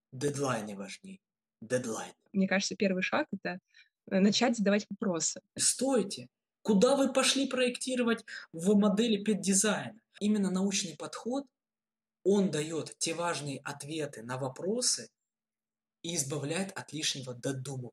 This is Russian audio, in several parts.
Дедлайны важнее. Дедлайн. Мне кажется, первый шаг — это начать задавать вопросы. Стойте! Куда вы пошли проектировать в модели педдизайна? Именно научный подход, он дает те важные ответы на вопросы и избавляет от лишнего додумывания.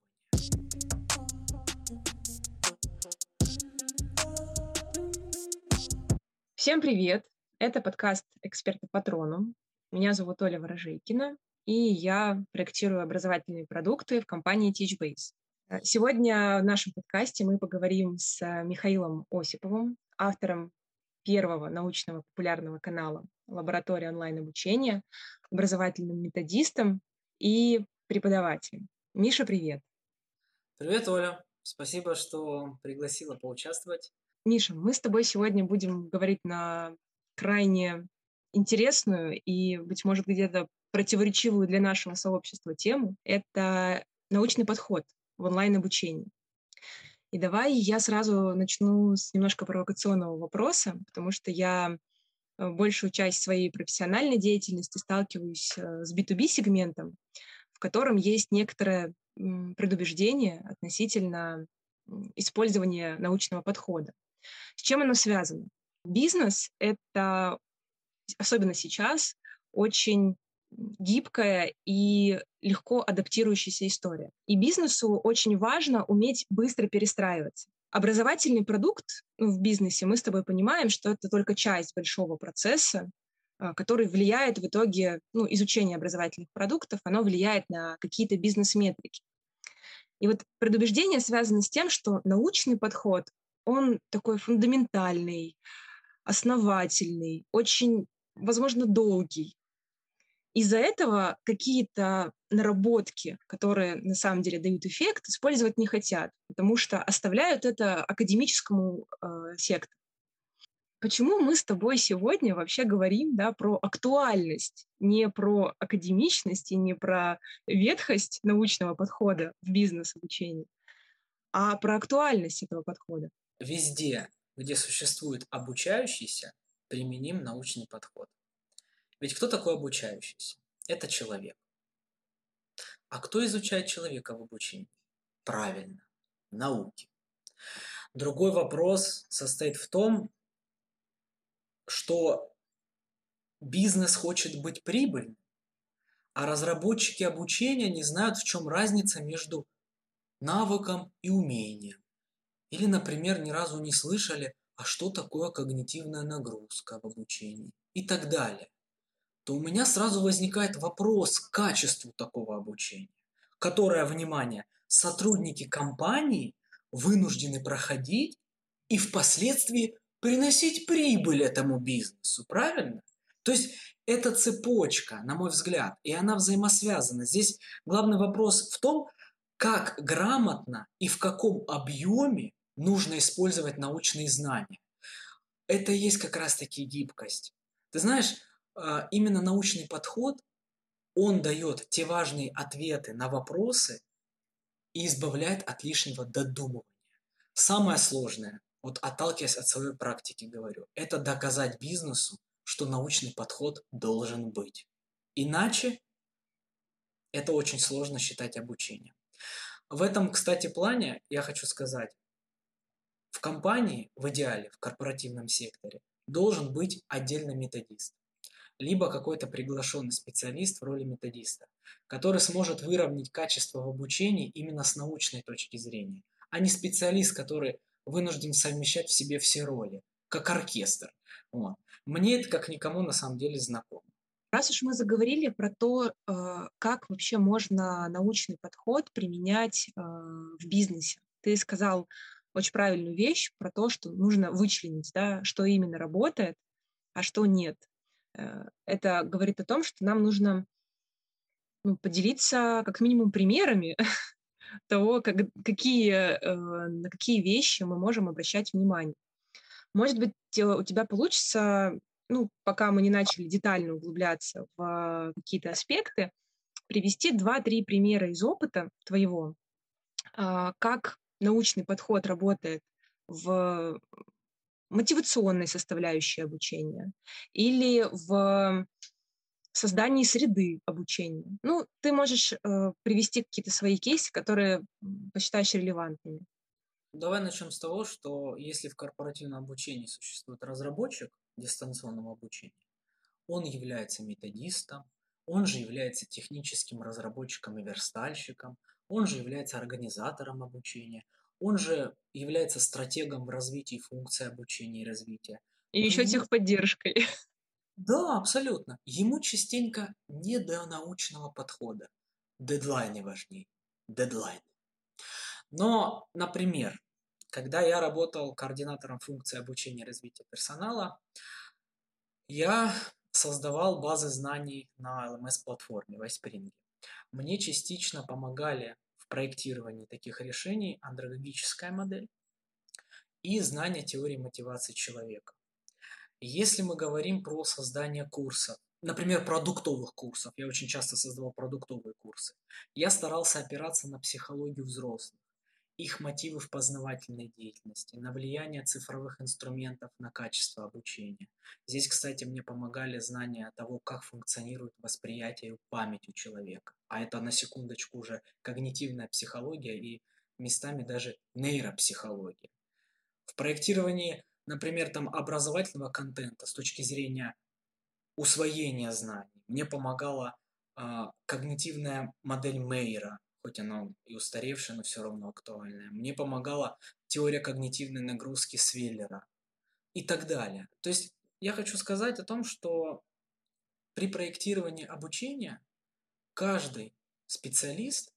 Всем привет! Это подкаст «Эксперты Патрону». Меня зовут Оля Ворожейкина, и я проектирую образовательные продукты в компании Teachbase. Сегодня в нашем подкасте мы поговорим с Михаилом Осиповым, автором первого научного популярного канала «Лаборатория онлайн-обучения», образовательным методистом и преподавателем. Миша, привет! Привет, Оля! Спасибо, что пригласила поучаствовать. Миша, мы с тобой сегодня будем говорить на крайне интересную и, быть может, где-то противоречивую для нашего сообщества тему. Это научный подход в онлайн-обучении. И давай я сразу начну с немножко провокационного вопроса, потому что я большую часть своей профессиональной деятельности сталкиваюсь с B2B-сегментом, в котором есть некоторое предубеждение относительно использования научного подхода. С чем оно связано? Бизнес — это, особенно сейчас, очень гибкая и легко адаптирующаяся история. И бизнесу очень важно уметь быстро перестраиваться. Образовательный продукт в бизнесе, мы с тобой понимаем, что это только часть большого процесса, который влияет в итоге, изучение образовательных продуктов, оно влияет на какие-то бизнес-метрики. И вот предубеждение связано с тем, что научный подход, он такой фундаментальный, основательный, очень, возможно, долгий. Из-за этого какие-то наработки, которые на самом деле дают эффект, использовать не хотят, потому что оставляют это академическому сектору. Почему мы с тобой сегодня вообще говорим, про актуальность, не про академичность и не про ветхость научного подхода в бизнес-обучении, а про актуальность этого подхода? Везде, где существует обучающийся, применим научный подход. Ведь кто такой обучающийся? Это человек. А кто изучает человека в обучении? Правильно, науки. Другой вопрос состоит в том, что бизнес хочет быть прибыльным, а разработчики обучения не знают, в чем разница между навыком и умением. Или, например, ни разу не слышали, а что такое когнитивная нагрузка в обучении и так далее. То у меня сразу возникает вопрос к качеству такого обучения, которое, внимание, сотрудники компании вынуждены проходить и впоследствии приносить прибыль этому бизнесу, правильно? То есть это цепочка, на мой взгляд, и она взаимосвязана. Здесь главный вопрос в том, как грамотно и в каком объеме нужно использовать научные знания. Это и есть как раз-таки гибкость. Ты знаешь, именно научный подход, он дает те важные ответы на вопросы и избавляет от лишнего додумывания. Самое сложное, вот отталкиваясь от своей практики говорю, это доказать бизнесу, что научный подход должен быть. Иначе это очень сложно считать обучением. В этом, кстати, плане я хочу сказать, в компании, в идеале, в корпоративном секторе, должен быть отдельный методист, либо какой-то приглашенный специалист в роли методиста, который сможет выровнять качество в обучении именно с научной точки зрения, а не специалист, который вынужден совмещать в себе все роли, как оркестр. Вот. Мне это как никому на самом деле знакомо. Раз уж мы заговорили про то, как вообще можно научный подход применять в бизнесе, ты сказал очень правильную вещь про то, что нужно вычленить, что именно работает, а что нет. Это говорит о том, что нам нужно поделиться как минимум примерами того, на какие вещи мы можем обращать внимание. Может быть, у тебя получится, пока мы не начали детально углубляться в какие-то аспекты, привести 2-3 примера из опыта твоего, как научный подход работает в мотивационной составляющей обучения или в создании среды обучения. Ну, ты можешь привести какие-то свои кейсы, которые посчитаешь релевантными. Давай начнем с того, что если в корпоративном обучении существует разработчик дистанционного обучения, он является методистом, он же является техническим разработчиком и верстальщиком, он же является организатором обучения, он же является стратегом в развитии функций обучения и развития. И То еще ему, техподдержкой. да, абсолютно, ему частенько не до научного подхода. Дедлайны важнее. Дедлайны. Но, например, когда я работал координатором функции обучения и развития персонала, я создавал базы знаний на LMS-платформе в iSpring. Мне частично помогали в проектировании таких решений андрогогическая модель и знание теории мотивации человека. Если мы говорим про создание курсов, например, продуктовых курсов, я очень часто создавал продуктовые курсы, я старался опираться на психологию взрослых, их мотивы в познавательной деятельности, на влияние цифровых инструментов на качество обучения. Здесь, кстати, мне помогали знания того, как функционирует восприятие и память у человека. А это, на секундочку, уже когнитивная психология и местами даже нейропсихология. В проектировании, например, там образовательного контента с точки зрения усвоения знаний мне помогала когнитивная модель Мейера, хоть она и устаревшая, но все равно актуальная. Мне помогала теория когнитивной нагрузки Свеллера и так далее. То есть я хочу сказать о том, что при проектировании обучения каждый специалист,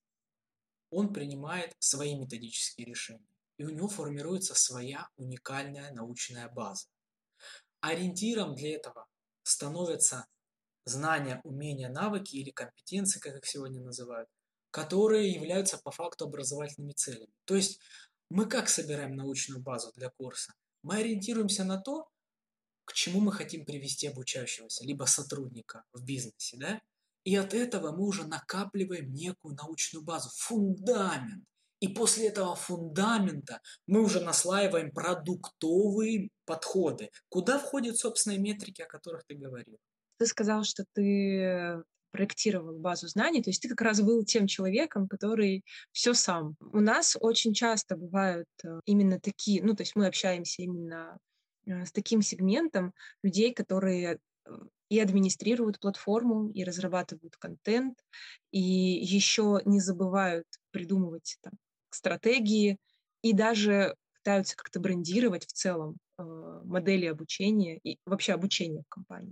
он принимает свои методические решения, и у него формируется своя уникальная научная база. Ориентиром для этого становятся знания, умения, навыки или компетенции, как их сегодня называют, которые являются по факту образовательными целями. То есть мы как собираем научную базу для курса? Мы ориентируемся на то, к чему мы хотим привести обучающегося, либо сотрудника в бизнесе, да? И от этого мы уже накапливаем некую научную базу, фундамент. И после этого фундамента мы уже наслаиваем продуктовые подходы, куда входят собственные метрики, о которых ты говорил. Ты сказал, что ты проектировал базу знаний, то есть ты как раз был тем человеком, который все сам. У нас очень часто бывают именно такие, ну, то есть мы общаемся именно с таким сегментом людей, которые и администрируют платформу, и разрабатывают контент, и еще не забывают придумывать там стратегии, и даже пытаются как-то брендировать в целом модели обучения и вообще обучение в компании.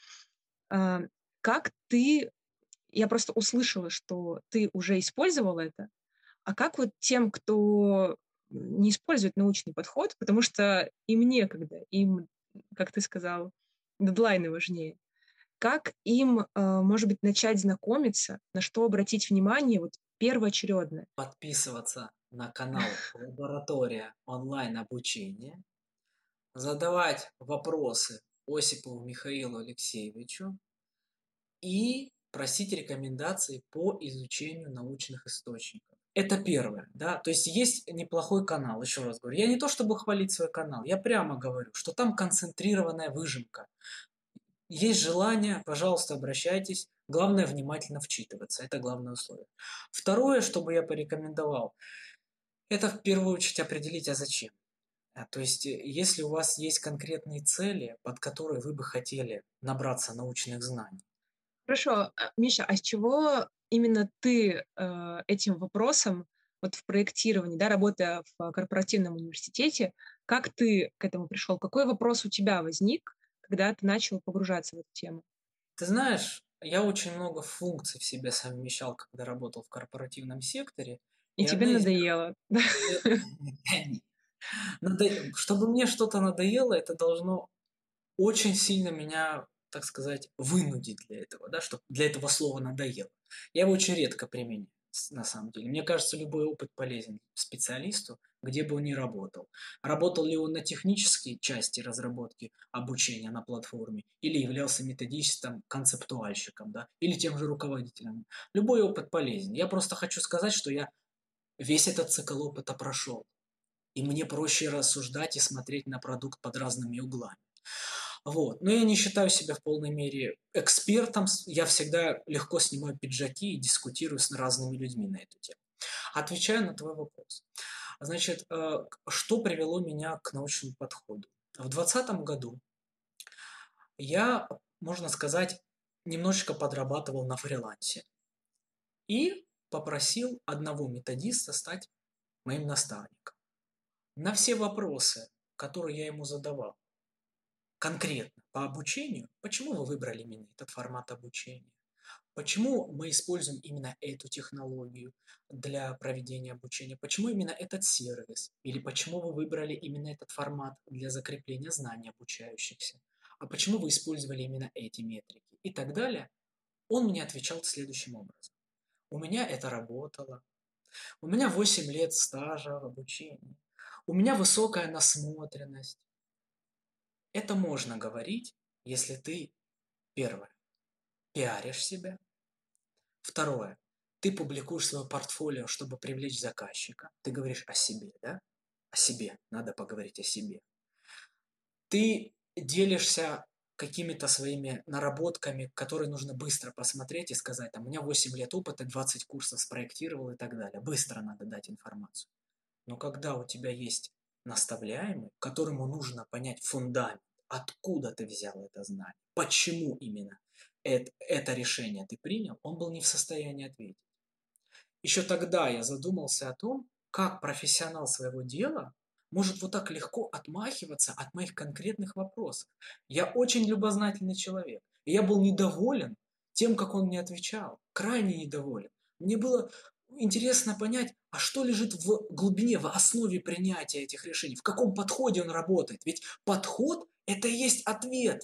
А, как ты я просто услышала, что ты уже использовал это, а как вот тем, кто не использует научный подход, потому что им некогда, им, как ты сказал, дедлайны важнее. Как им, может быть, начать знакомиться, на что обратить внимание вот первоочередное? Подписываться на канал «Лаборатория онлайн-обучения», задавать вопросы Осипову Михаилу Алексеевичу и просить рекомендаций по изучению научных источников. Это первое, да, то есть есть неплохой канал, еще раз говорю. Я не то чтобы хвалить свой канал, я прямо говорю, что там концентрированная выжимка. Есть желание, пожалуйста, обращайтесь. Главное внимательно вчитываться, это главное условие. Второе, что бы я порекомендовал, это в первую очередь определить, а зачем. То есть, если у вас есть конкретные цели, под которые вы бы хотели набраться научных знаний. Хорошо, Миша, а с чего именно ты этим вопросом, вот в проектировании, да, работая в корпоративном университете, как ты к этому пришел? Какой вопрос у тебя возник, когда ты начал погружаться в эту тему? Ты знаешь, я очень много функций в себе совмещал, когда работал в корпоративном секторе, И и тебе одна из них, надоело. чтобы мне что-то надоело, это должно очень сильно меня, так сказать, вынудить для этого, да, чтобы для этого слова надоело. Я его очень редко применяю, на самом деле. Мне кажется, любой опыт полезен специалисту, где бы он ни работал. Работал ли он на технической части разработки обучения на платформе, или являлся методистом, концептуальщиком, да, или тем же руководителем. Любой опыт полезен. Я просто хочу сказать, что я весь этот цикл опыта прошел. И мне проще рассуждать и смотреть на продукт под разными углами. Вот. Но я не считаю себя в полной мере экспертом. Я всегда легко снимаю пиджаки и дискутирую с разными людьми на эту тему. Отвечаю на твой вопрос. Значит, что привело меня к научному подходу? В 2020 году я, можно сказать, немножечко подрабатывал на фрилансе и попросил одного методиста стать моим наставником. На все вопросы, которые я ему задавал, конкретно по обучению, почему вы выбрали именно этот формат обучения, почему мы используем именно эту технологию для проведения обучения, почему именно этот сервис, или почему вы выбрали именно этот формат для закрепления знаний обучающихся, а почему вы использовали именно эти метрики и так далее, он мне отвечал следующим образом. У меня это работало, у меня 8 лет стажа в обучении, у меня высокая насмотренность. Это можно говорить, если ты, первое, пиаришь себя, второе, ты публикуешь свое портфолио, чтобы привлечь заказчика, ты говоришь о себе, да? О себе, надо поговорить о себе. Ты делишься какими-то своими наработками, которые нужно быстро посмотреть и сказать, там, у меня 8 лет опыта, 20 курсов спроектировал и так далее. Быстро надо дать информацию. Но когда у тебя есть наставляемый, которому нужно понять фундамент, откуда ты взял это знание, почему именно это решение ты принял, он был не в состоянии ответить. Еще тогда я задумался о том, как профессионал своего дела может вот так легко отмахиваться от моих конкретных вопросов. Я очень любознательный человек, и я был недоволен тем, как он мне отвечал, крайне недоволен. Мне было интересно понять, а что лежит в глубине, в основе принятия этих решений, в каком подходе он работает. Ведь подход – это и есть ответ.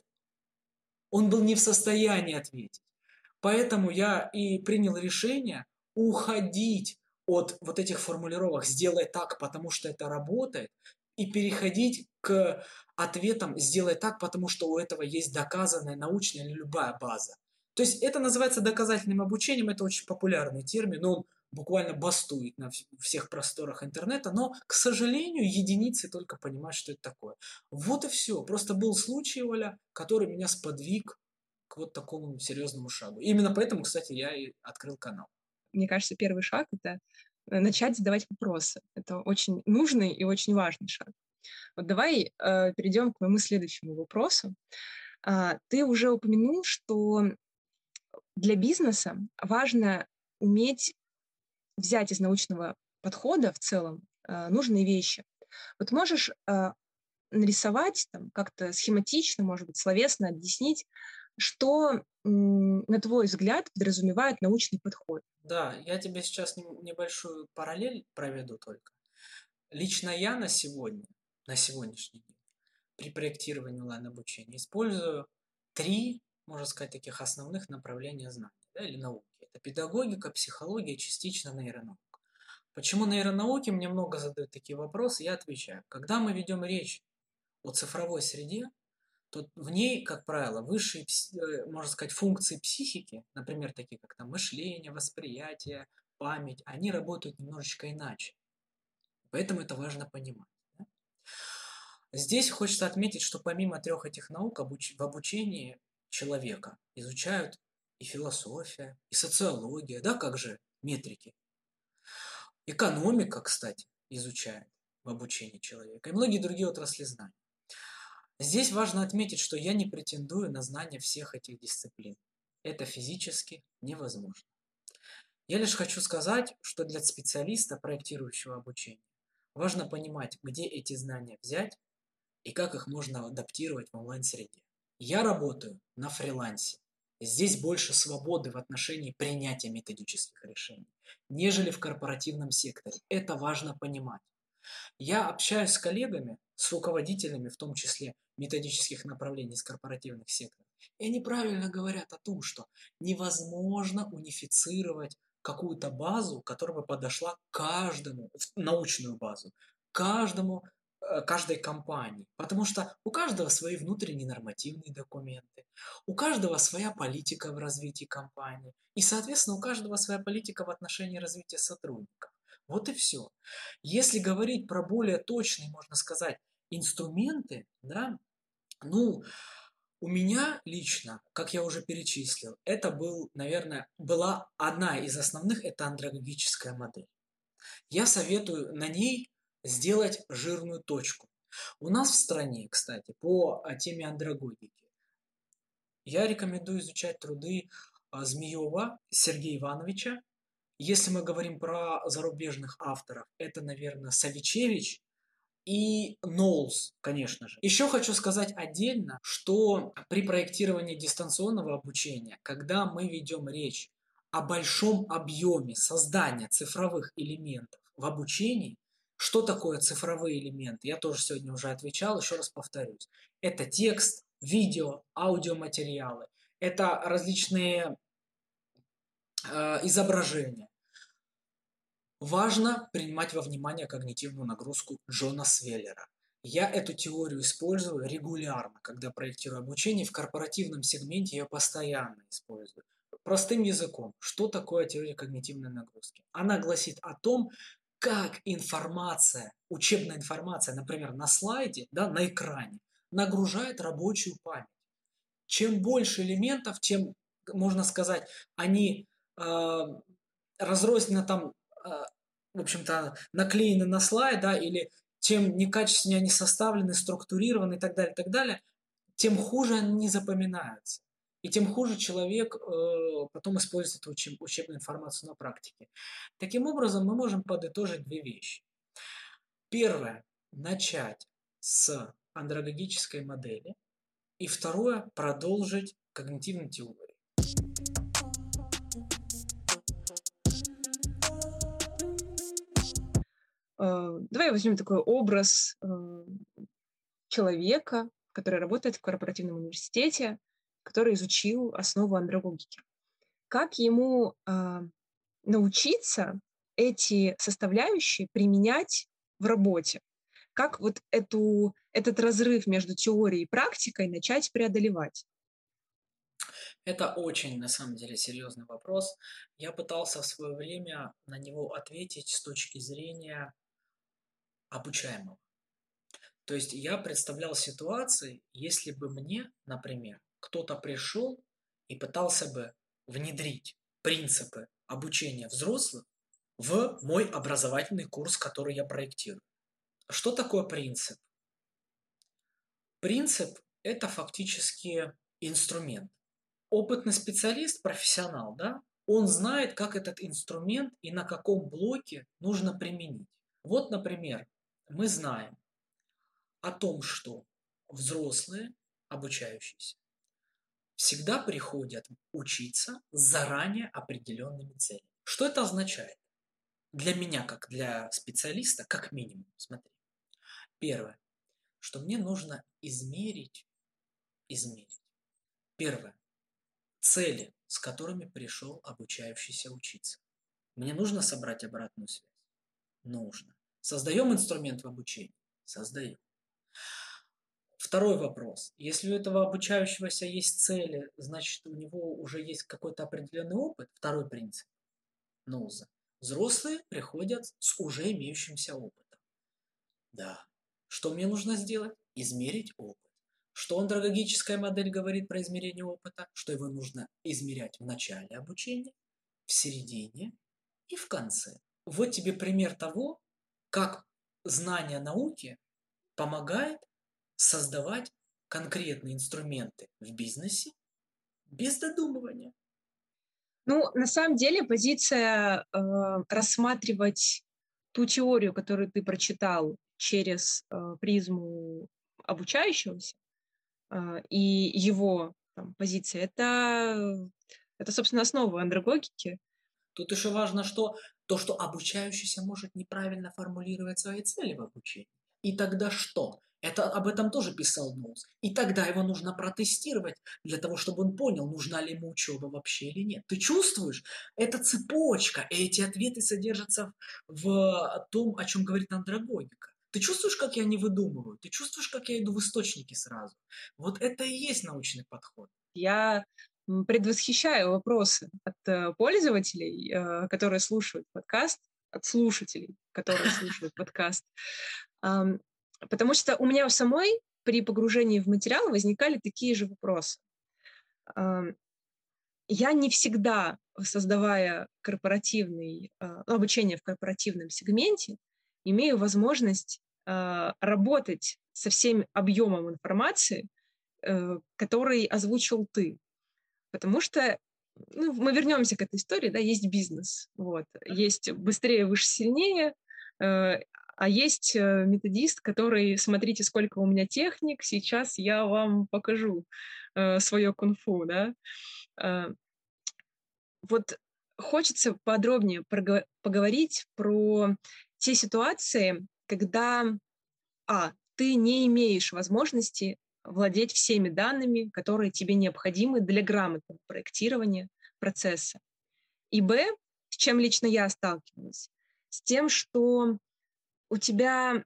Он был не в состоянии ответить. Поэтому я и принял решение уходить от вот этих формулировок «сделай так, потому что это работает» и переходить к ответам «сделай так, потому что у этого есть доказанная научная или любая база». То есть это называется доказательным обучением, это очень популярный термин, он буквально бастует на всех просторах интернета, но, к сожалению, единицы только понимают, что это такое. Вот и все. Просто был случай, Оля, который меня сподвиг к вот такому серьезному шагу. Именно поэтому, кстати, я и открыл канал. Мне кажется, первый шаг — это начать задавать вопросы. Это очень нужный и очень важный шаг. Вот давай перейдем к моему следующему вопросу. Ты уже упомянул, что для бизнеса важно уметь взять из научного подхода в целом нужные вещи. Вот можешь нарисовать там как-то схематично, может быть, словесно объяснить, что, на твой взгляд, подразумевает научный подход? Да, я тебе сейчас небольшую параллель проведу только. Лично я на сегодняшний день, при проектировании онлайн-обучения использую три, можно сказать, таких основных направления знаний, да, или науки. Это педагогика, психология, частично нейронаука. Почему нейронауки? Мне много задают такие вопросы, я отвечаю. Когда мы ведем речь о цифровой среде, то в ней, как правило, высшие, можно сказать, функции психики, например, такие как там мышление, восприятие, память, они работают немножечко иначе. Поэтому это важно понимать. Да? Здесь хочется отметить, что помимо трех этих наук в обучении человека изучают и философия, и социология, да, как же метрики. Экономика, кстати, изучает в обучении человека, и многие другие отрасли знаний. Здесь важно отметить, что я не претендую на знание всех этих дисциплин. Это физически невозможно. Я лишь хочу сказать, что для специалиста, проектирующего обучение, важно понимать, где эти знания взять и как их можно адаптировать в онлайн-среде. Я работаю на фрилансе. Здесь больше свободы в отношении принятия методических решений, нежели в корпоративном секторе. Это важно понимать. Я общаюсь с коллегами, с руководителями, в том числе методических направлений из корпоративных секторов, и они правильно говорят о том, что невозможно унифицировать какую-то базу, которая бы подошла каждому, научную базу, каждому, каждой компании. Потому что у каждого свои внутренние нормативные документы, у каждого своя политика в развитии компании, и, соответственно, у каждого своя политика в отношении развития сотрудников. Вот и все. Если говорить про более точные, можно сказать, инструменты, да, ну, У меня лично, как я уже перечислил, это была одна из основных, это андрогогическая модель. Я советую на ней сделать жирную точку. У нас в стране, кстати, по теме андрогогики, я рекомендую изучать труды Змеева Сергея Ивановича. Если мы говорим про зарубежных авторов, это, наверное, Савичевич и Ноулс, конечно же. Еще хочу сказать отдельно, что при проектировании дистанционного обучения, когда мы ведем речь о большом объеме создания цифровых элементов в обучении, что такое цифровые элементы? Я тоже сегодня уже отвечал, еще раз повторюсь. Это текст, видео, аудиоматериалы, это различные изображения. Важно принимать во внимание когнитивную нагрузку Джона Свеллера. Я эту теорию использую регулярно, когда проектирую обучение. В корпоративном сегменте я постоянно использую. Простым языком, что такое теория когнитивной нагрузки? Она гласит о том, как информация, учебная информация, например, на слайде, да, на экране, нагружает рабочую память. Чем больше элементов, тем, можно сказать, они разрозненно там, в общем-то, наклеены на слайд, да, или тем некачественнее они составлены, структурированы и так далее, тем хуже они запоминаются. И тем хуже человек потом использует эту учебную информацию на практике. Таким образом, мы можем подытожить две вещи. Первое. Начать с андрогогической модели. И второе. Продолжить когнитивную теорию. Давай возьмем такой образ человека, который работает в корпоративном университете, который изучил основу андрогогики. Как ему научиться эти составляющие применять в работе? Как вот этот разрыв между теорией и практикой начать преодолевать? Это очень, на самом деле, серьезный вопрос. Я пытался в свое время на него ответить с точки зрения обучаемого. То есть я представлял ситуации, если бы мне, например, кто-то пришел и пытался бы внедрить принципы обучения взрослых в мой образовательный курс, который я проектирую. Что такое принцип? Принцип – это фактически инструмент. Опытный специалист, профессионал, да, он знает, как этот инструмент и на каком блоке нужно применить. Вот, например, мы знаем о том, что взрослые, обучающиеся, всегда приходят учиться с заранее определенными целями. Что это означает? Для меня, как для специалиста, как минимум, смотри. Первое, что мне нужно измерить. Первое, цели, с которыми пришел обучающийся учиться. Мне нужно собрать обратную связь? Нужно. Создаем инструмент в обучении? Создаем. Второй вопрос. Если у этого обучающегося есть цели, значит, у него уже есть какой-то определенный опыт. Второй принцип. НУЗа. Взрослые приходят с уже имеющимся опытом. Да. Что мне нужно сделать? Измерить опыт. Что андрогогическая модель говорит про измерение опыта? Что его нужно измерять в начале обучения, в середине и в конце. Вот тебе пример того, как знание науки помогает создавать конкретные инструменты в бизнесе без додумывания. Ну, на самом деле, позиция рассматривать ту теорию, которую ты прочитал через призму обучающегося и его позиция, это, собственно, основа андрогогики. Тут еще важно, что то, что обучающийся может неправильно формулировать свои цели в обучении. И тогда что? Об этом тоже писал Ноулс. И тогда его нужно протестировать для того, чтобы он понял, нужна ли ему учеба вообще или нет. Ты чувствуешь? Это цепочка, и эти ответы содержатся в том, о чем говорит андрогогика. Ты чувствуешь, как я не выдумываю? Ты чувствуешь, как я иду в источники сразу? Вот это и есть научный подход. Я предвосхищаю вопросы от пользователей, которые слушают подкаст, от слушателей, которые слушают подкаст. Потому что у меня у самой при погружении в материал возникали такие же вопросы. Я не всегда, создавая обучение в корпоративном сегменте, имею возможность работать со всем объемом информации, который озвучил ты. Потому что мы вернемся к этой истории, да, есть бизнес. Вот. Есть быстрее, выше, сильнее, а есть методист, который, смотрите, сколько у меня техник, сейчас я вам покажу свое кунг-фу, да. Вот хочется подробнее поговорить про те ситуации, когда ты не имеешь возможности владеть всеми данными, которые тебе необходимы для грамотного проектирования процесса. И с чем лично я сталкивалась, с тем, что у тебя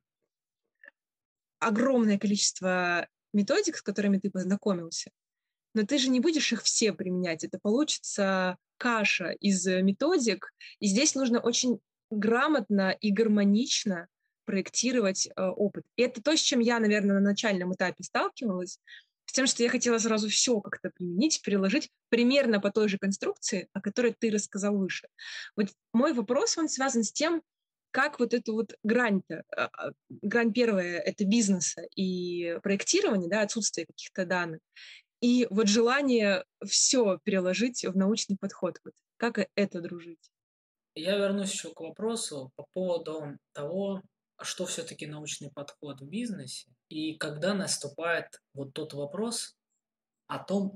огромное количество методик, с которыми ты познакомился, но ты же не будешь их все применять. Это получится каша из методик, и здесь нужно очень грамотно и гармонично проектировать опыт. И это то, с чем я, наверное, на начальном этапе сталкивалась, с тем, что я хотела сразу все как-то применить, переложить примерно по той же конструкции, о которой ты рассказал выше. Вот мой вопрос, он связан с тем, как вот эту вот грань-то, грань первая — это бизнеса и проектирования, да, отсутствие каких-то данных, и вот желание все переложить в научный подход. Вот как это дружить? Я вернусь еще к вопросу по поводу того, что все-таки научный подход в бизнесе, и когда наступает вот тот вопрос о том,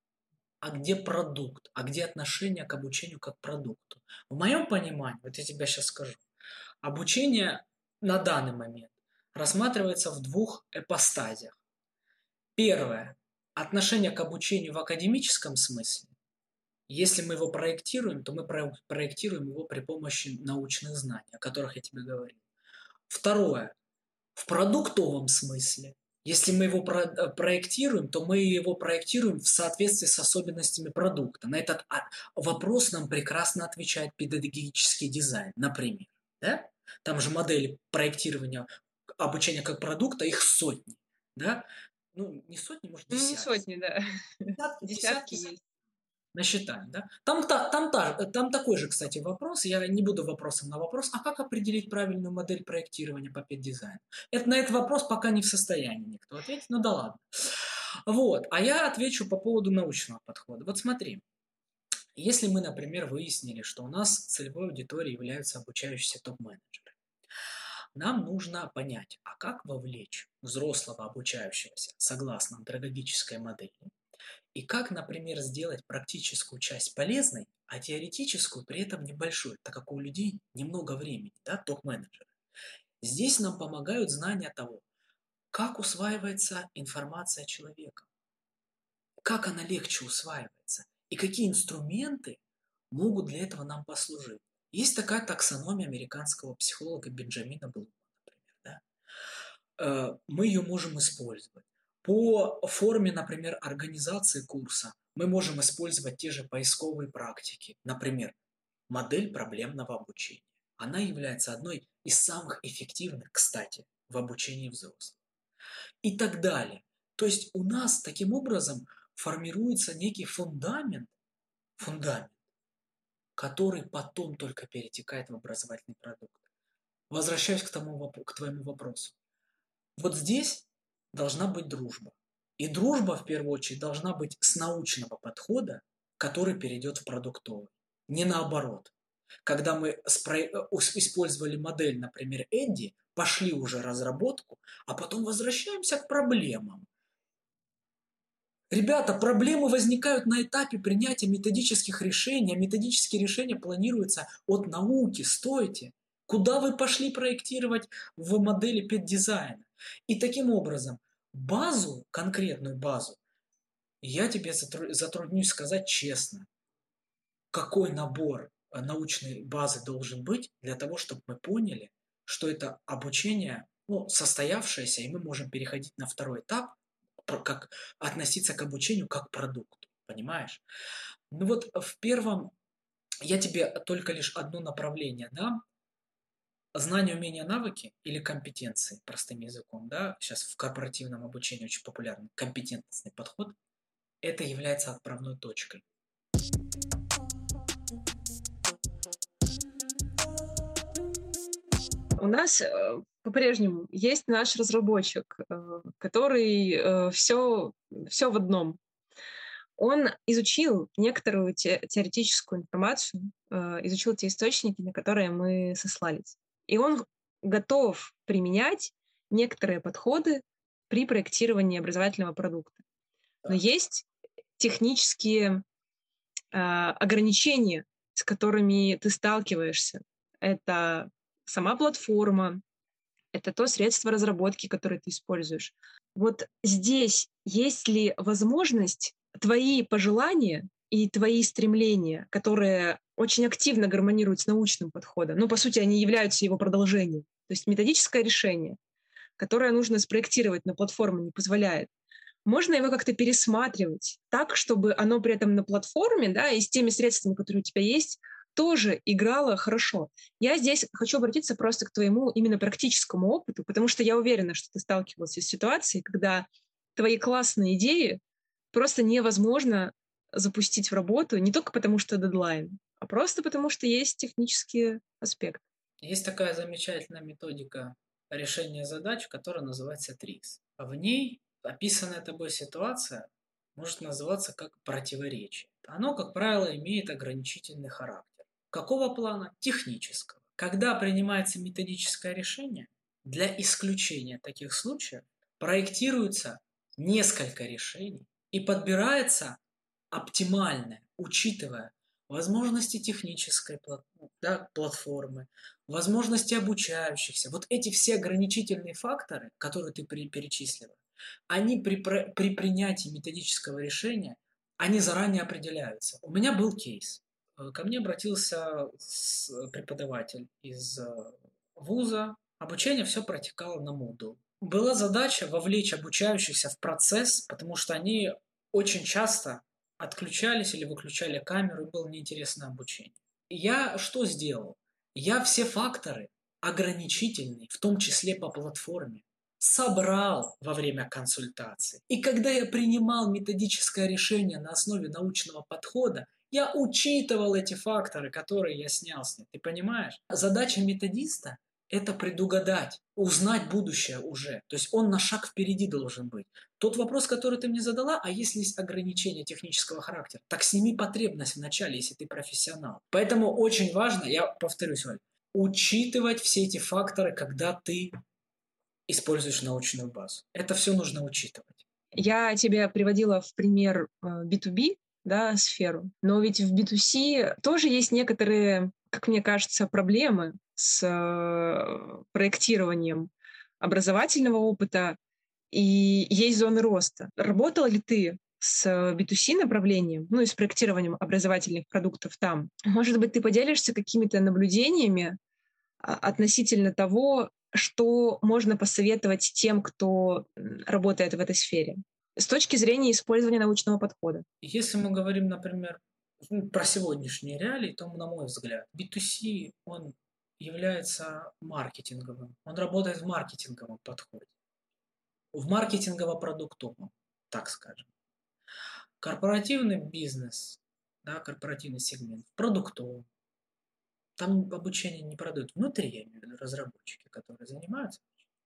а где продукт, а где отношение к обучению как к продукту. В моем понимании, вот я тебе сейчас скажу, обучение на данный момент рассматривается в двух ипостасях. Первое — отношение к обучению в академическом смысле. Если мы его проектируем, то мы проектируем его при помощи научных знаний, о которых я тебе говорил. Второе — в продуктовом смысле. Если мы его проектируем, то мы его проектируем в соответствии с особенностями продукта. На этот вопрос нам прекрасно отвечает педагогический дизайн, например. Да? Там же модели проектирования обучения как продукта, их сотни. Да? Ну, не сотни, может, Не десятки. сотни, да. Десятки есть. Насчитаем, да? Там такой же, кстати, вопрос. Я не буду вопросом на вопрос. А как определить правильную модель проектирования по педдизайну? На этот вопрос пока не в состоянии никто ответить. Ну да ладно. Вот. А я отвечу по поводу научного подхода. Вот смотри. Если мы, например, выяснили, что у нас целевой аудиторией являются обучающиеся топ-менеджеры, нам нужно понять, а как вовлечь взрослого обучающегося согласно андрогогической модели, и как, например, сделать практическую часть полезной, а теоретическую при этом небольшой, так как у людей немного времени, да, топ-менеджеры. Здесь нам помогают знания того, как усваивается информация человека, как она легче усваивается, и какие инструменты могут для этого нам послужить. Есть такая таксономия американского психолога Бенджамина Блума, например. Да? Мы ее можем использовать. По форме, например, организации курса мы можем использовать те же поисковые практики. Например, модель проблемного обучения. Она является одной из самых эффективных, кстати, в обучении взрослых. И так далее. То есть у нас таким образом формируется некий фундамент, который потом только перетекает в образовательный продукт. Возвращаюсь к твоему вопросу. Вот здесь должна быть дружба. И дружба, в первую очередь, должна быть с научного подхода, который перейдет в продуктовый. Не наоборот. Когда мы использовали модель, например, Эдди, пошли уже разработку, а потом возвращаемся к проблемам. Ребята, проблемы возникают на этапе принятия методических решений, а методические решения планируются от науки. Стойте! Куда вы пошли проектировать в модели педдизайна? И таким образом, конкретную базу, я тебе затруднюсь сказать честно, какой набор научной базы должен быть для того, чтобы мы поняли, что это обучение состоявшееся, и мы можем переходить на второй этап, как относиться к обучению как к продукту, понимаешь? Ну вот в первом я тебе только лишь одно направление дам. Знания, умения, навыки или компетенции, простым языком, да, сейчас в корпоративном обучении очень популярный компетентностный подход, это является отправной точкой. У нас по-прежнему есть наш разработчик, который все в одном. Он изучил некоторую теоретическую информацию, изучил те источники, на которые мы сослались. И он готов применять некоторые подходы при проектировании образовательного продукта. Но есть технические ограничения, с которыми ты сталкиваешься. Это сама платформа, это то средство разработки, которое ты используешь. Вот здесь есть ли возможность твои пожелания и твои стремления, которые очень активно гармонируют с научным подходом, ну, по сути, они являются его продолжением. То есть методическое решение, которое нужно спроектировать, но платформа не позволяет. Можно его как-то пересматривать так, чтобы оно при этом на платформе, да, и с теми средствами, которые у тебя есть, тоже играло хорошо. Я здесь хочу обратиться просто к твоему именно практическому опыту, потому что я уверена, что ты сталкивался с ситуацией, когда твои классные идеи просто невозможно запустить в работу не только потому, что дедлайн, а просто потому, что есть технические аспекты. Есть такая замечательная методика решения задач, которая называется ТРИКС. В ней описанная тобой ситуация может называться как противоречие. Оно, как правило, имеет ограничительный характер. Какого плана? Технического. Когда принимается методическое решение, для исключения таких случаев проектируется несколько решений и подбирается оптимальное, учитывая возможности технической платформы, возможности обучающихся. Вот эти все ограничительные факторы, которые ты перечислила, они при принятии методического решения, они заранее определяются. У меня был кейс. Ко мне обратился преподаватель из вуза. Обучение все протекало на Moodle. Была задача вовлечь обучающихся в процесс, потому что они очень часто отключались или выключали камеру, и было неинтересное обучение. И я что сделал? Я все факторы ограничительные, в том числе по платформе, собрал во время консультации. И когда я принимал методическое решение на основе научного подхода, я учитывал эти факторы, которые я снял с них. Ты понимаешь? Задача методиста – это предугадать, узнать будущее уже. То есть он на шаг впереди должен быть. Тот вопрос, который ты мне задала, а если есть ограничения технического характера, так сними потребность вначале, если ты профессионал. Поэтому очень важно, я повторюсь, Оль, учитывать все эти факторы, когда ты используешь научную базу. Это все нужно учитывать. Я тебя приводила в пример B2B, да, сферу, но ведь в B2C тоже есть некоторые, как мне кажется, проблемы с проектированием образовательного опыта, и есть зоны роста. Работал ли ты с B2C направлением, ну и с проектированием образовательных продуктов там? Может быть, ты поделишься какими-то наблюдениями относительно того, что можно посоветовать тем, кто работает в этой сфере, с точки зрения использования научного подхода? Если мы говорим, например, про сегодняшние реалии, то, на мой взгляд, B2C, он является маркетинговым. Он работает в маркетинговом подходе. В маркетингово-продуктовом, так скажем. Корпоративный бизнес, да, корпоративный сегмент, в продуктовом. Там обучение не продают внутри, я имею в виду разработчики, которые занимаются.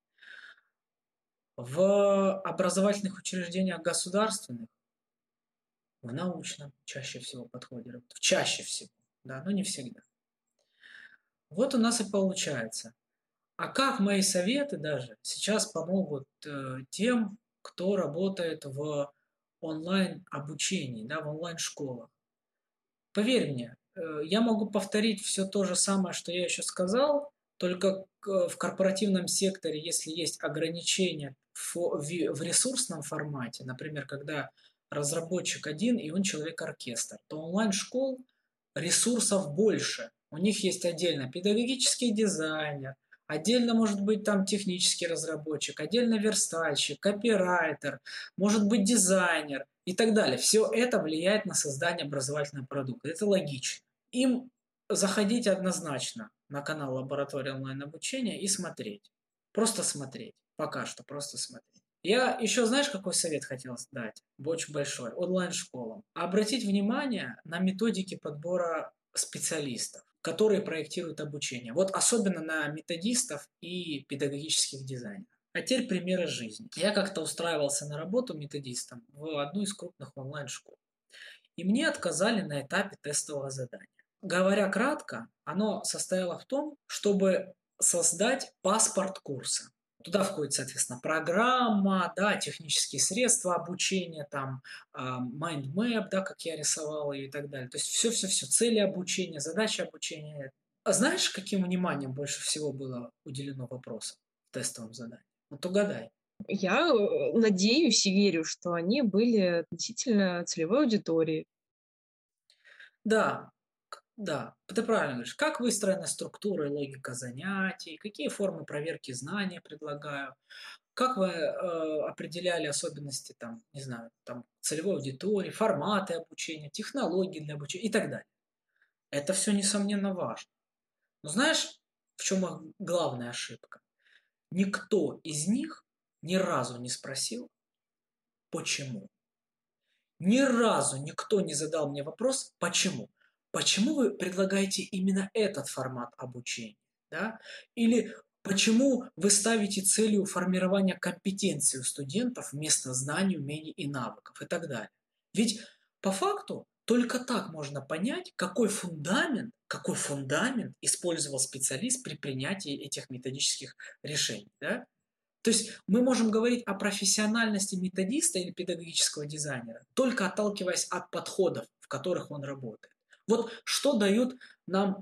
В образовательных учреждениях государственных, в научном чаще всего подходе работают. Чаще всего, да, но не всегда. Вот у нас и получается. А как мои советы даже сейчас помогут тем, кто работает в онлайн-обучении, да, в онлайн-школах? Поверь мне, я могу повторить все то же самое, что я еще сказал, только в корпоративном секторе, если есть ограничения в ресурсном формате, например, когда разработчик один и он человек-оркестр, то онлайн-школ ресурсов больше. У них есть отдельно педагогический дизайнер, отдельно может быть там технический разработчик, отдельно верстальщик, копирайтер, может быть дизайнер и так далее. Все это влияет на создание образовательного продукта. Это логично. Им заходить однозначно на канал Лаборатория онлайн-обучения и смотреть. Просто смотреть. Пока что просто смотреть. Я еще, знаешь, какой совет хотел дать? Очень большой. Онлайн-школам. Обратить внимание на методики подбора специалистов, которые проектируют обучение. Вот особенно на методистов и педагогических дизайнеров. А теперь примеры жизни. Я как-то устраивался на работу методистом в одну из крупных онлайн-школ. И мне отказали на этапе тестового задания. Говоря кратко, оно состояло в том, чтобы создать паспорт курса. Туда входит, соответственно, программа, да, технические средства обучения, там, mind map, да, как я рисовал ее и так далее. То есть все-все-все, цели обучения, задачи обучения. А знаешь, каким вниманием больше всего было уделено вопросам в тестовом задании? Вот угадай. Я надеюсь и верю, что они были относительно целевой аудитории. Да, да, ты правильно говоришь. Как выстроена структура и логика занятий, какие формы проверки знаний предлагаю, как вы определяли особенности, там, не знаю, там, целевой аудитории, форматы обучения, технологии для обучения и так далее. Это все, несомненно, важно. Но знаешь, в чем их главная ошибка? Никто из них ни разу не спросил, почему. Ни разу никто не задал мне вопрос, почему. Почему вы предлагаете именно этот формат обучения? Да? Или почему вы ставите целью формирования компетенции у студентов вместо знаний, умений и навыков и так далее? Ведь по факту только так можно понять, какой фундамент использовал специалист при принятии этих методических решений. Да? То есть мы можем говорить о профессиональности методиста или педагогического дизайнера, только отталкиваясь от подходов, в которых он работает. Вот что дают нам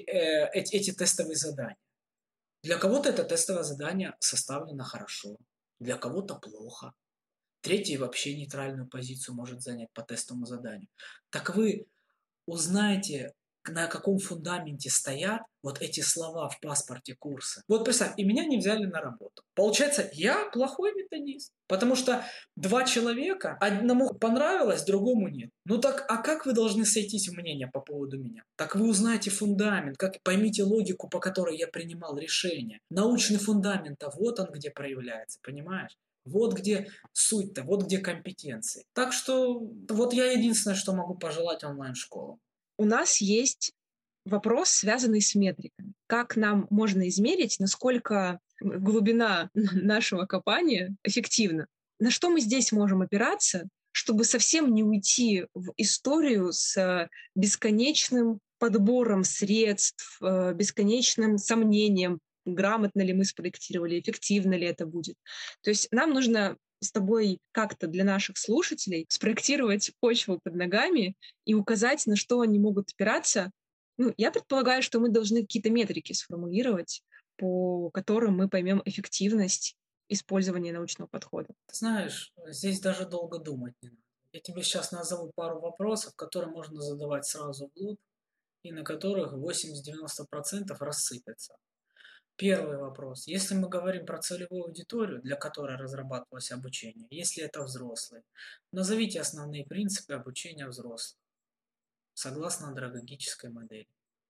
эти тестовые задания. Для кого-то это тестовое задание составлено хорошо, для кого-то плохо. Третий вообще нейтральную позицию может занять по тестовому заданию. Так вы узнаете, на каком фундаменте стоят вот эти слова в паспорте курса. Вот представь, и меня не взяли на работу. Получается, я плохой методист. Потому что два человека, одному понравилось, другому нет. Ну так, а как вы должны сойтись в мнении по поводу меня? Так вы узнаете фундамент, как поймите логику, по которой я принимал решение. Научный фундамент, а вот он где проявляется, понимаешь? Вот где суть-то, вот где компетенции. Так что вот я единственное, что могу пожелать онлайн-школам. У нас есть вопрос, связанный с метриками. Как нам можно измерить, насколько глубина нашего копания эффективна? На что мы здесь можем опираться, чтобы совсем не уйти в историю с бесконечным подбором средств, бесконечным сомнением, грамотно ли мы спроектировали, эффективно ли это будет. То есть нам нужно с тобой как-то для наших слушателей спроектировать почву под ногами и указать, на что они могут опираться. Ну, я предполагаю, что мы должны какие-то метрики сформулировать, по которым мы поймем эффективность использования научного подхода. Ты знаешь, здесь даже долго думать не надо. Я тебе сейчас назову пару вопросов, которые можно задавать сразу в лоб, и на которых 80-90% рассыпятся. Первый вопрос. Если мы говорим про целевую аудиторию, для которой разрабатывалось обучение, если это взрослые, назовите основные принципы обучения взрослых, согласно андрогогической модели.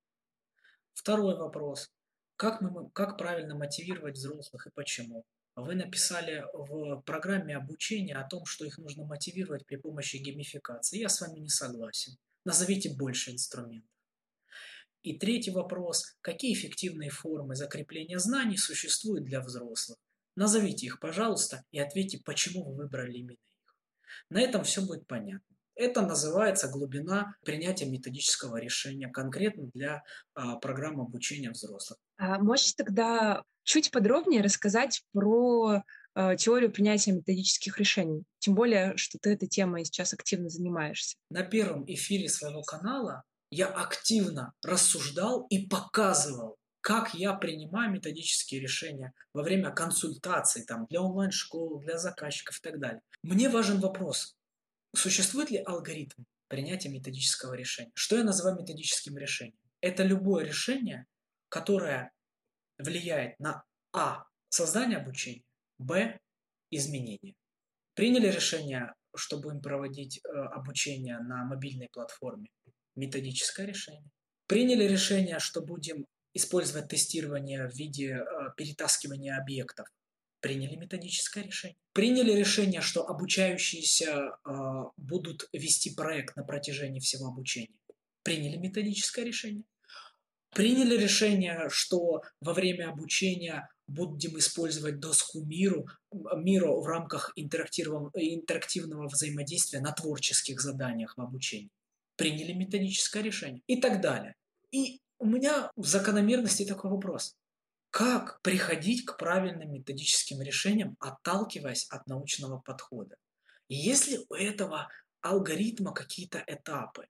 Второй вопрос. Как правильно мотивировать взрослых и почему? Вы написали в программе обучения о том, что их нужно мотивировать при помощи геймификации. Я с вами не согласен. Назовите больше инструментов. И третий вопрос. Какие эффективные формы закрепления знаний существуют для взрослых? Назовите их, пожалуйста, и ответьте, почему вы выбрали именно их. На этом все будет понятно. Это называется глубина принятия методического решения конкретно для программ обучения взрослых. А можете тогда чуть подробнее рассказать про теорию принятия методических решений? Тем более, что ты этой темой сейчас активно занимаешься. На первом эфире своего канала я активно рассуждал и показывал, как я принимаю методические решения во время консультаций там, для онлайн-школ, для заказчиков и так далее. Мне важен вопрос, существует ли алгоритм принятия методического решения? Что я называю методическим решением? Это любое решение, которое влияет на создание обучения, изменение. Приняли решение, что будем проводить обучение на мобильной платформе? Методическое решение. Приняли решение, что будем использовать тестирование в виде перетаскивания объектов. Приняли методическое решение. Приняли решение, что обучающиеся будут вести проект на протяжении всего обучения. Приняли методическое решение. Приняли решение, что во время обучения будем использовать доску миру в рамках интерактивного взаимодействия на творческих заданиях в обучении. Приняли методическое решение и так далее. И у меня в закономерности такой вопрос. Как приходить к правильным методическим решениям, отталкиваясь от научного подхода? И есть ли у этого алгоритма какие-то этапы?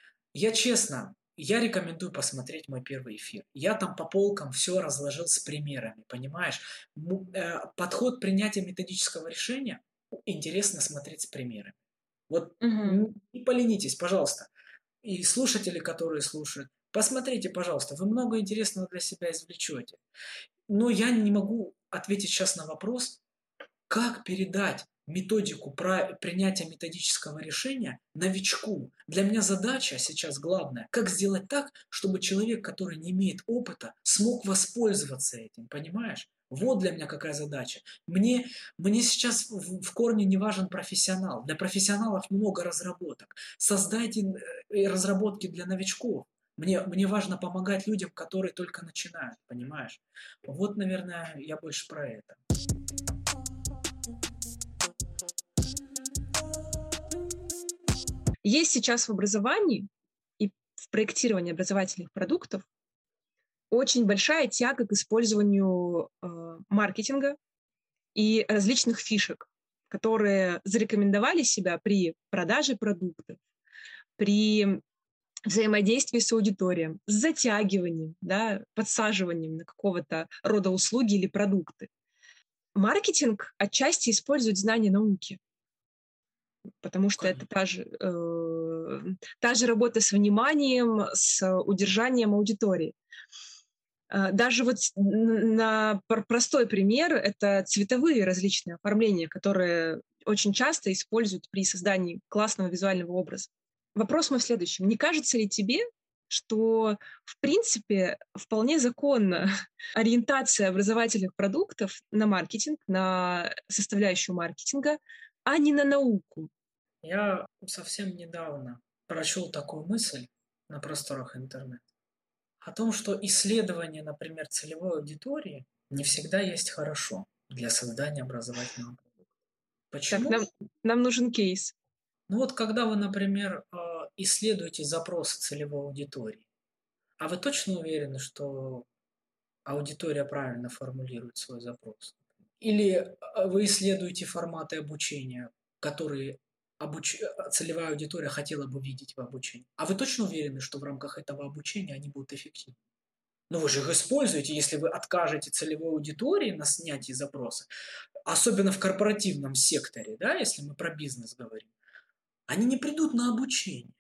Я рекомендую посмотреть мой первый эфир. Я там по полкам все разложил с примерами, понимаешь? Подход принятия методического решения интересно смотреть с примерами. Вот не поленитесь, пожалуйста. И слушатели, которые слушают, посмотрите, пожалуйста, вы много интересного для себя извлечете. Но я не могу ответить сейчас на вопрос, как передать методику принятия методического решения новичку. Для меня задача сейчас главная, как сделать так, чтобы человек, который не имеет опыта, смог воспользоваться этим, понимаешь? Вот для меня какая задача. Мне сейчас в корне не важен профессионал. Для профессионалов много разработок. Создайте разработки для новичков. Мне важно помогать людям, которые только начинают, понимаешь? Вот, наверное, я больше про это. Есть сейчас в образовании и в проектировании образовательных продуктов очень большая тяга к использованию маркетинга и различных фишек, которые зарекомендовали себя при продаже продуктов, при взаимодействии с аудиторией, с затягиванием, да, подсаживанием на какого-то рода услуги или продукты. Маркетинг отчасти использует знания науки, потому что это та же работа с вниманием, с удержанием аудитории. Даже вот на простой пример — это цветовые различные оформления, которые очень часто используют при создании классного визуального образа. Вопрос мой в следующем. Не кажется ли тебе, что, в принципе, вполне законна ориентация образовательных продуктов на маркетинг, на составляющую маркетинга, а не на науку? Я совсем недавно прочел такую мысль на просторах интернета о том, что исследование, например, целевой аудитории не всегда есть хорошо для создания образовательного продукта. Почему? Так, нам нужен кейс. Ну вот когда вы, например, исследуете запросы целевой аудитории, а вы точно уверены, что аудитория правильно формулирует свой запрос? Или вы исследуете форматы обучения, которые целевая аудитория хотела бы видеть в обучении? А вы точно уверены, что в рамках этого обучения они будут эффективны? Но вы же их используете, если вы откажете целевой аудитории на снятие запроса, особенно в корпоративном секторе, да, если мы про бизнес говорим, они не придут на обучение.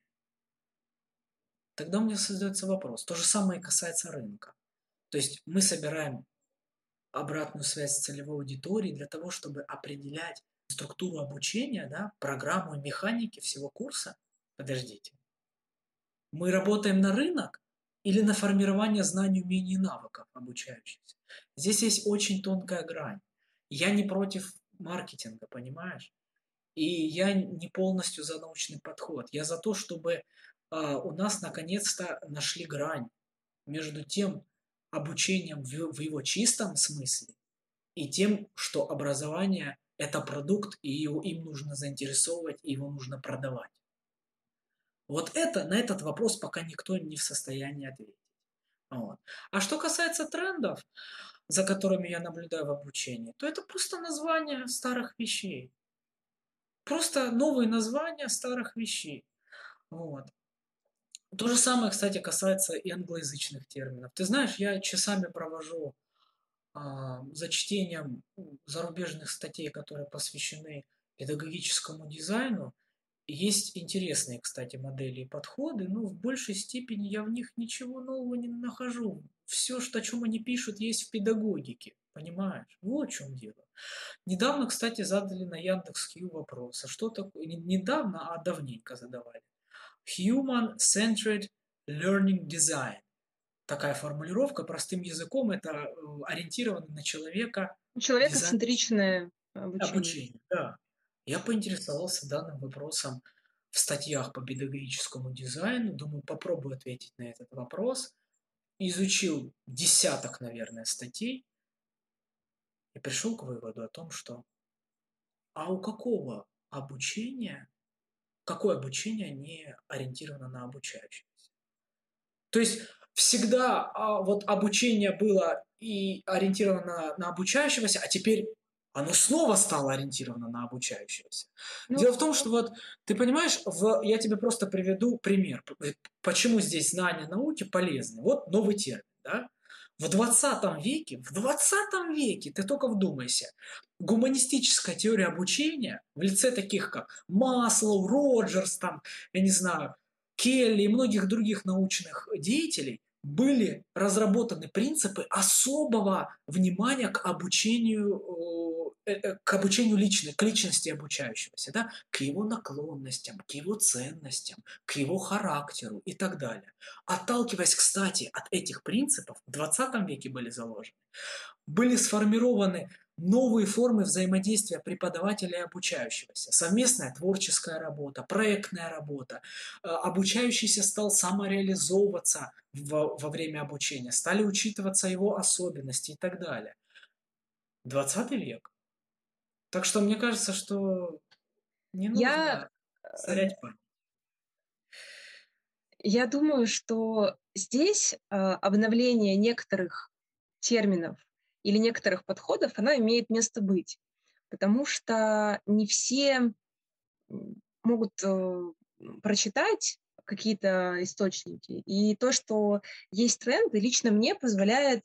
Тогда у меня создается вопрос. То же самое касается рынка. То есть мы собираем обратную связь с целевой аудиторией для того, чтобы определять структуру обучения, да, программу и механики всего курса. Подождите. Мы работаем на рынок или на формирование знаний, умений и навыков обучающихся? Здесь есть очень тонкая грань. Я не против маркетинга, понимаешь? И я не полностью за научный подход. Я за то, чтобы у нас наконец-то нашли грань между тем обучением в его чистом смысле и тем, что образование – это продукт, и им нужно заинтересовывать, и его нужно продавать. Вот на этот вопрос пока никто не в состоянии ответить. Вот. А что касается трендов, за которыми я наблюдаю в обучении, то это просто название старых вещей. Просто новые названия старых вещей. Вот. То же самое, кстати, касается и англоязычных терминов. Ты знаешь, я часами провожу за чтением зарубежных статей, которые посвящены педагогическому дизайну. Есть интересные, кстати, модели и подходы, но в большей степени я в них ничего нового не нахожу. Все, о чем они пишут, есть в педагогике. Понимаешь? Вот в чем дело. Недавно, кстати, задали на Яндекс.Кью вопрос. А что такое? Недавно, а давненько задавали. Human-Centered Learning Design. такая формулировка, простым языком это ориентировано на человека дизайн Человекоцентричное обучение. обучения. Да. Я поинтересовался данным вопросом в статьях по педагогическому дизайну. Думаю, попробую ответить на этот вопрос. Изучил десяток, наверное, статей и пришел к выводу о том, что у какого обучения, какое обучение не ориентировано на обучающегося? То есть всегда вот обучение было и ориентировано на обучающегося, а теперь оно снова стало ориентировано на обучающегося. Ну, Дело в том, что вот ты понимаешь, я тебе просто приведу пример, почему здесь знания науки полезны. Вот новый термин, да? В 20 веке, ты только вдумайся, гуманистическая теория обучения в лице таких, как Маслоу, Роджерс, там, я не знаю, Келли и многих других научных деятелей были разработаны принципы особого внимания к обучению к личности обучающегося, да, к его наклонностям, к его ценностям, к его характеру и так далее. Отталкиваясь, кстати, от этих принципов, в 20 веке были заложены, были сформированы новые формы взаимодействия преподавателя и обучающегося. Совместная творческая работа, проектная работа. Обучающийся стал самореализовываться во время обучения, стали учитываться его особенности и так далее. 20 век. Так что мне кажется, что не я, нужно сорять память. я думаю, что здесь обновление некоторых терминов или некоторых подходов, оно имеет место быть, потому что не все могут прочитать какие-то источники. И то, что есть тренды, лично мне позволяет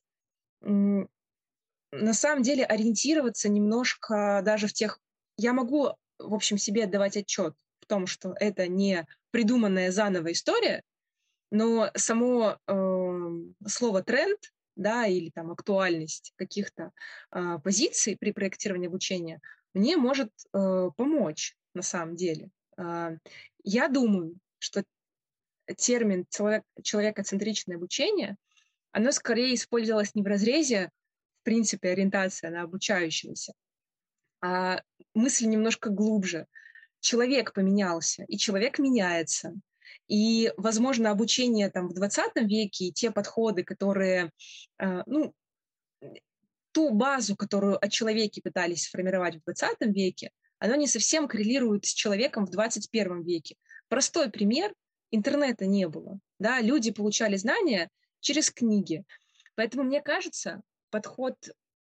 на самом деле ориентироваться немножко даже в тех... Я могу, в общем, себе отдавать отчет в том, что это не придуманная заново история, но само слово тренд, да, или там актуальность каких-то позиций при проектировании обучения мне может помочь на самом деле. Я думаю, что термин человекоцентричное обучение, оно скорее использовалось не в разрезе, в принципе, ориентация на обучающегося, а мысль немножко глубже. Человек поменялся, и человек меняется. И, возможно, обучение там в 20 веке и те подходы, которые, ну, ту базу, которую о человеке пытались сформировать в 20 веке, оно не совсем коррелирует с человеком в 21 веке. Простой пример: интернета не было. Да? Люди получали знания через книги. Поэтому, мне кажется, подход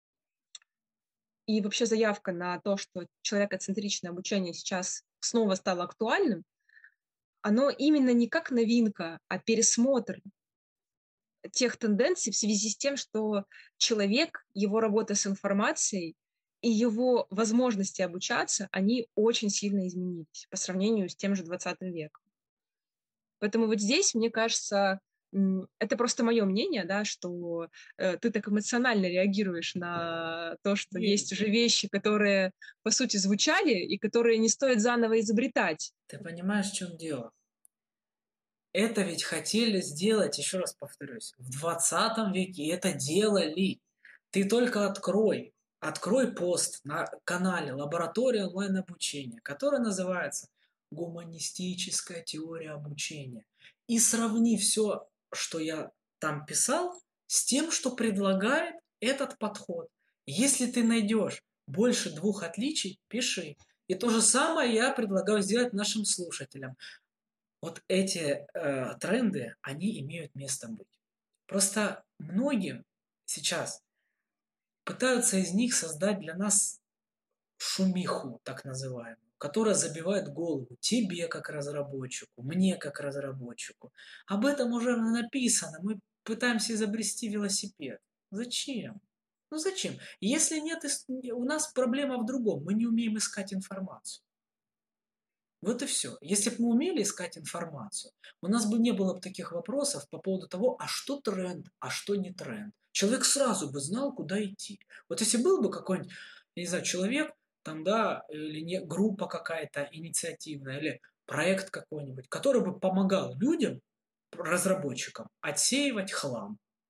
и вообще заявка на то, что человекоцентричное обучение сейчас снова стало актуальным, оно именно не как новинка, а пересмотр тех тенденций в связи с тем, что человек, его работа с информацией и его возможности обучаться, они очень сильно изменились по сравнению с тем же 20 веком. Поэтому вот здесь, мне кажется, это просто мое мнение, да, что ты так эмоционально реагируешь на то, что есть уже вещи, которые, по сути, звучали и которые не стоит заново изобретать. Ты понимаешь, в чем дело? Это ведь хотели сделать, еще раз повторюсь, в 20 веке, и это делали. Ты только открой пост на канале «Лаборатория онлайн-обучения», который называется «Гуманистическая теория обучения». И сравни все, что я там писал, с тем, что предлагает этот подход. Если ты найдешь больше 2 отличий, пиши. И то же самое я предлагаю сделать нашим слушателям. Вот эти тренды, они имеют место быть. Просто многие сейчас пытаются из них создать для нас шумиху, так называемую, которая забивает голову тебе как разработчику, мне как разработчику. Об этом уже написано, мы пытаемся изобрести велосипед. Зачем? Ну зачем? Если нет, у нас проблема в другом, мы не умеем искать информацию. Вот и все. Если бы мы умели искать информацию, у нас бы не было бы таких вопросов по поводу того, а что тренд, а что не тренд. Человек сразу бы знал, куда идти. Вот если был бы какой-нибудь, я не знаю, человек, там, да, или не, группа какая-то инициативная, или проект какой-нибудь, который бы помогал людям, разработчикам, отсеивать хлам.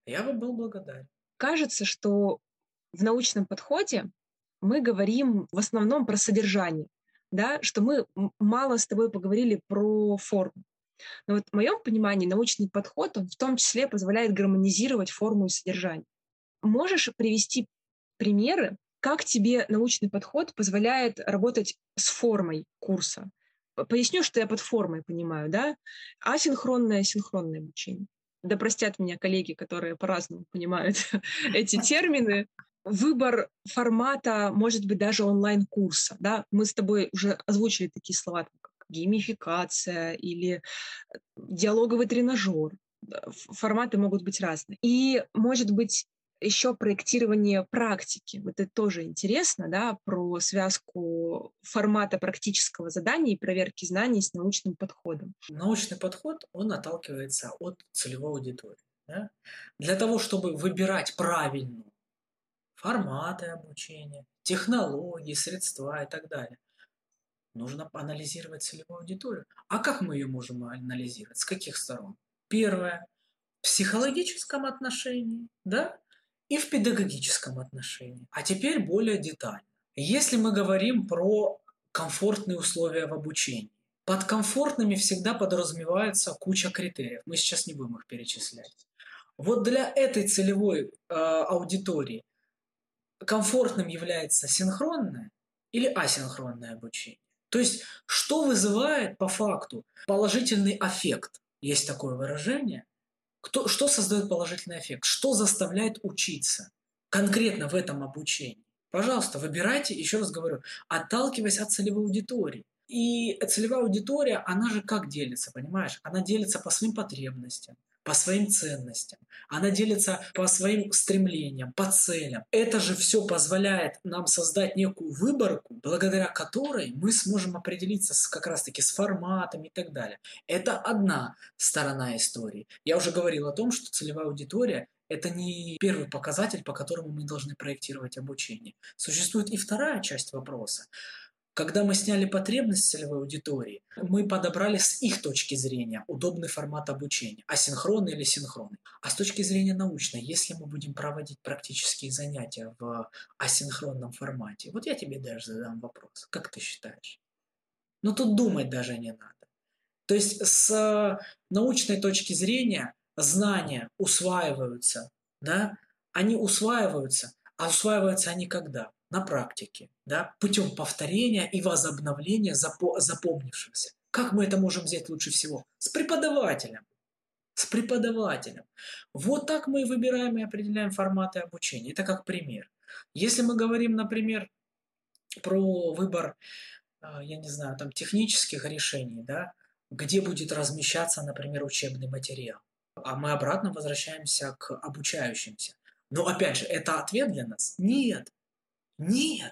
Я бы был благодарен. Кажется, что в научном подходе мы говорим в основном про содержание, да, что мы мало с тобой поговорили про форму. Но вот в моем понимании научный подход, он в том числе позволяет гармонизировать форму и содержание. Можешь привести примеры, как тебе научный подход позволяет работать с формой курса? Поясню, что я под формой понимаю, да? Асинхронное, синхронное обучение. Да простят меня коллеги, которые по-разному понимают эти термины. Выбор формата, может быть, даже онлайн-курса. Да? Мы с тобой уже озвучили такие слова, как геймификация или диалоговый тренажер. Форматы могут быть разные. И, может быть, еще проектирование практики. Вот это тоже интересно, да, про связку формата практического задания и проверки знаний с научным подходом. Научный подход, он отталкивается от целевой аудитории. Да? Для того, чтобы выбирать правильную форматы обучения, технологии, средства и так далее, нужно анализировать целевую аудиторию. А как мы ее можем анализировать? С каких сторон? Первое. В психологическом отношении, да, и в педагогическом отношении. А теперь более детально. Если мы говорим про комфортные условия в обучении, под комфортными всегда подразумевается куча критериев. Мы сейчас не будем их перечислять. Вот для этой целевой аудитории комфортным является синхронное или асинхронное обучение. То есть, что вызывает по факту положительный аффект? Есть такое выражение. Что создает положительный эффект? Что заставляет учиться конкретно в этом обучении? Пожалуйста, выбирайте, еще раз говорю, отталкиваясь от целевой аудитории. И целевая аудитория, она же как делится, понимаешь? Она делится по своим потребностям, по своим ценностям. Она делится по своим стремлениям, по целям. Это же все позволяет нам создать некую выборку, благодаря которой мы сможем определиться как раз-таки с форматами и так далее. Это одна сторона истории. Я уже говорил о том, что целевая аудитория – это не первый показатель, по которому мы должны проектировать обучение. Существует и вторая часть вопроса. Когда мы сняли потребность целевой аудитории, мы подобрали с их точки зрения удобный формат обучения, асинхронный или синхронный. А с точки зрения научной, если мы будем проводить практические занятия в асинхронном формате, вот я тебе даже задам вопрос, как ты считаешь? Ну тут думать даже не надо. То есть с научной точки зрения знания усваиваются, да? Они усваиваются, а усваиваются они когда? На практике, да? Путем повторения и возобновления запомнившихся. Как мы это можем взять лучше всего? С преподавателем. С преподавателем. Вот так мы и выбираем и определяем форматы обучения. Это как пример. Если мы говорим, например, про выбор, я не знаю, там технических решений, да, где будет размещаться, например, учебный материал. А мы обратно возвращаемся к обучающимся. Но опять же, это ответ для нас? Нет. Нет.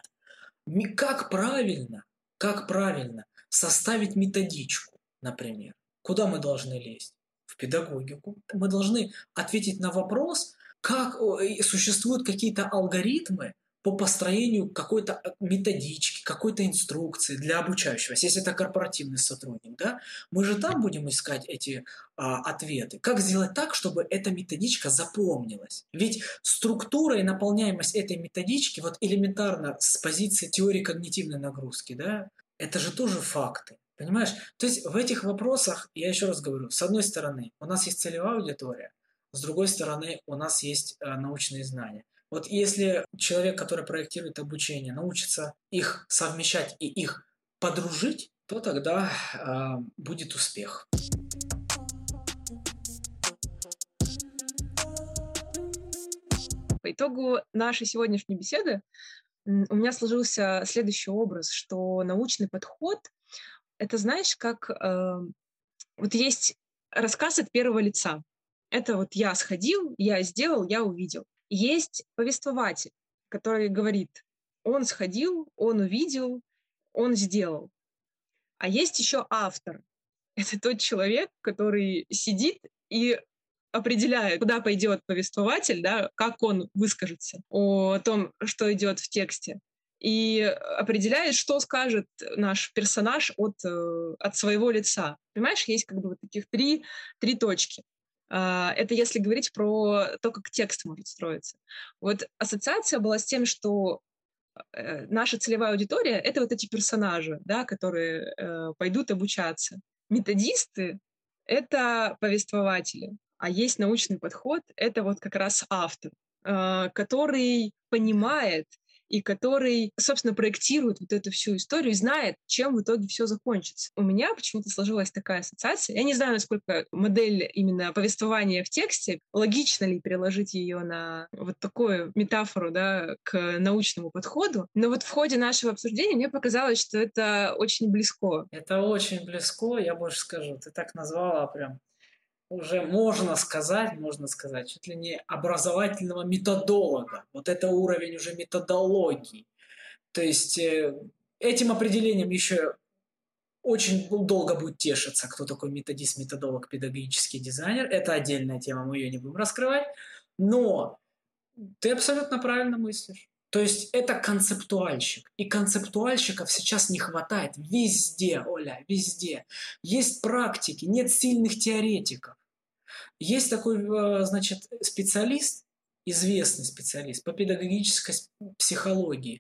Как правильно составить методичку, например? Куда мы должны лезть? В педагогику. Мы должны ответить на вопрос, как существуют какие-то алгоритмы по построению какой-то методички, какой-то инструкции для обучающегося. Если это корпоративный сотрудник, да, мы же там будем искать эти ответы. Как сделать так, чтобы эта методичка запомнилась? Ведь структура и наполняемость этой методички, вот элементарно с позиции теории когнитивной нагрузки, да, это же тоже факты. Понимаешь? То есть в этих вопросах, я еще раз говорю, с одной стороны, у нас есть целевая аудитория, с другой стороны, у нас есть научные знания. Вот если человек, который проектирует обучение, научится их совмещать и их подружить, то тогда будет успех. По итогу нашей сегодняшней беседы у меня сложился следующий образ, что научный подход — это, знаешь, как вот есть рассказ от первого лица. Это вот я сходил, я сделал, я увидел. Есть повествователь, который говорит, он сходил, он увидел, он сделал. А есть еще автор. Это тот человек, который сидит и определяет, куда пойдет повествователь, да, как он выскажется о том, что идет в тексте. И определяет, что скажет наш персонаж от своего лица. Понимаешь, есть как бы вот таких три точки. Это если говорить про то, как текст может строиться. Вот ассоциация была с тем, что наша целевая аудитория — это вот эти персонажи, да, которые пойдут обучаться. Методисты — это повествователи, а есть научный подход — это вот как раз автор, который понимает и который, собственно, проектирует вот эту всю историю и знает, чем в итоге все закончится. У меня почему-то сложилась такая ассоциация. Я не знаю, насколько модель именно повествования в тексте, логично ли переложить ее на вот такую метафору, да, к научному подходу, но вот в ходе нашего обсуждения мне показалось, что это очень близко. Это очень близко, я больше скажу. Ты так назвала прям уже можно сказать, чуть ли не образовательного методолога. Вот это уровень уже методологии. То есть этим определением еще очень долго будет тешиться, кто такой методист, методолог, педагогический дизайнер. Это отдельная тема, мы ее не будем раскрывать. Но ты абсолютно правильно мыслишь. То есть это концептуальщик. И концептуальщиков сейчас не хватает везде, Оля, везде. Есть практики, нет сильных теоретиков. Есть такой, значит, специалист, известный специалист по педагогической психологии,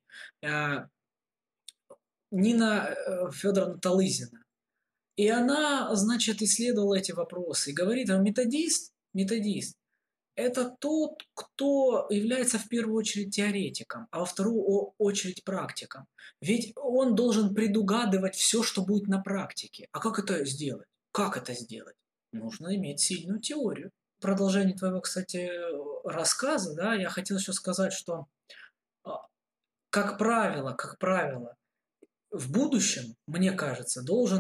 Нина Федоровна Талызина. И она, значит, исследовала эти вопросы и говорит, методист, это тот, кто является в первую очередь теоретиком, а во вторую очередь практиком. Ведь он должен предугадывать все, что будет на практике. А как это сделать? Как это сделать? Нужно иметь сильную теорию. В продолжение твоего, кстати, рассказа, да, я хотел еще сказать, что, как правило, в будущем, мне кажется,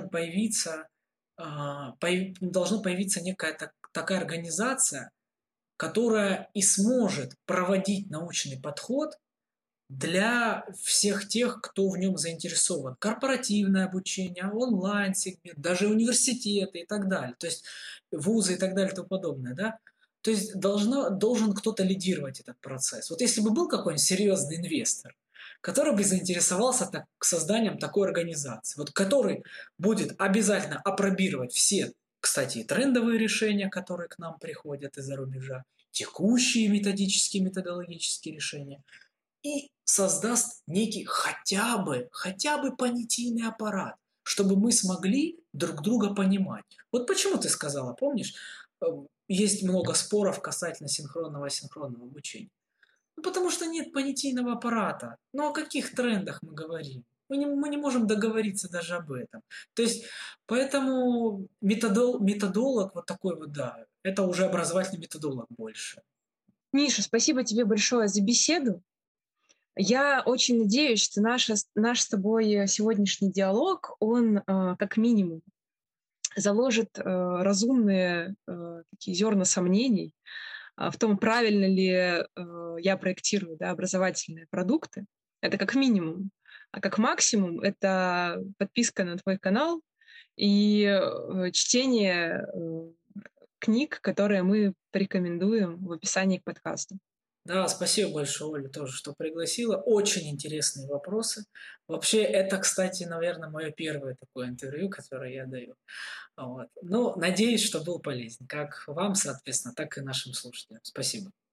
должна появиться некая такая организация, которая и сможет проводить научный подход для всех тех, кто в нем заинтересован. Корпоративное обучение, онлайн-сегмент, даже университеты и так далее. То есть вузы и так далее и тому подобное. Да? То есть должен кто-то лидировать этот процесс. Вот если бы был какой-нибудь серьезный инвестор, который бы заинтересовался созданием такой организации, вот который будет обязательно апробировать все, кстати, трендовые решения, которые к нам приходят из-за рубежа, текущие методические, методологические решения, и создаст некий хотя бы понятийный аппарат, чтобы мы смогли друг друга понимать. Вот почему ты сказала, помнишь, есть много споров касательно синхронного и асинхронного обучения. Ну, потому что нет понятийного аппарата. Ну, о каких трендах мы говорим? Мы не можем договориться даже об этом. То есть, поэтому методолог вот такой вот, да, это уже образовательный методолог больше. Миша, спасибо тебе большое за беседу. Я очень надеюсь, что наш с тобой сегодняшний диалог, он как минимум заложит разумные такие зерна сомнений в том, правильно ли я проектирую, да, образовательные продукты. Это как минимум. А как максимум это подписка на твой канал и чтение книг, которые мы порекомендуем в описании к подкасту. Да, спасибо большое, Оля, тоже, что пригласила. Очень интересные вопросы. Вообще, это, кстати, наверное, мое первое такое интервью, которое я даю. Вот. Ну, надеюсь, что был полезен как вам, соответственно, так и нашим слушателям. Спасибо.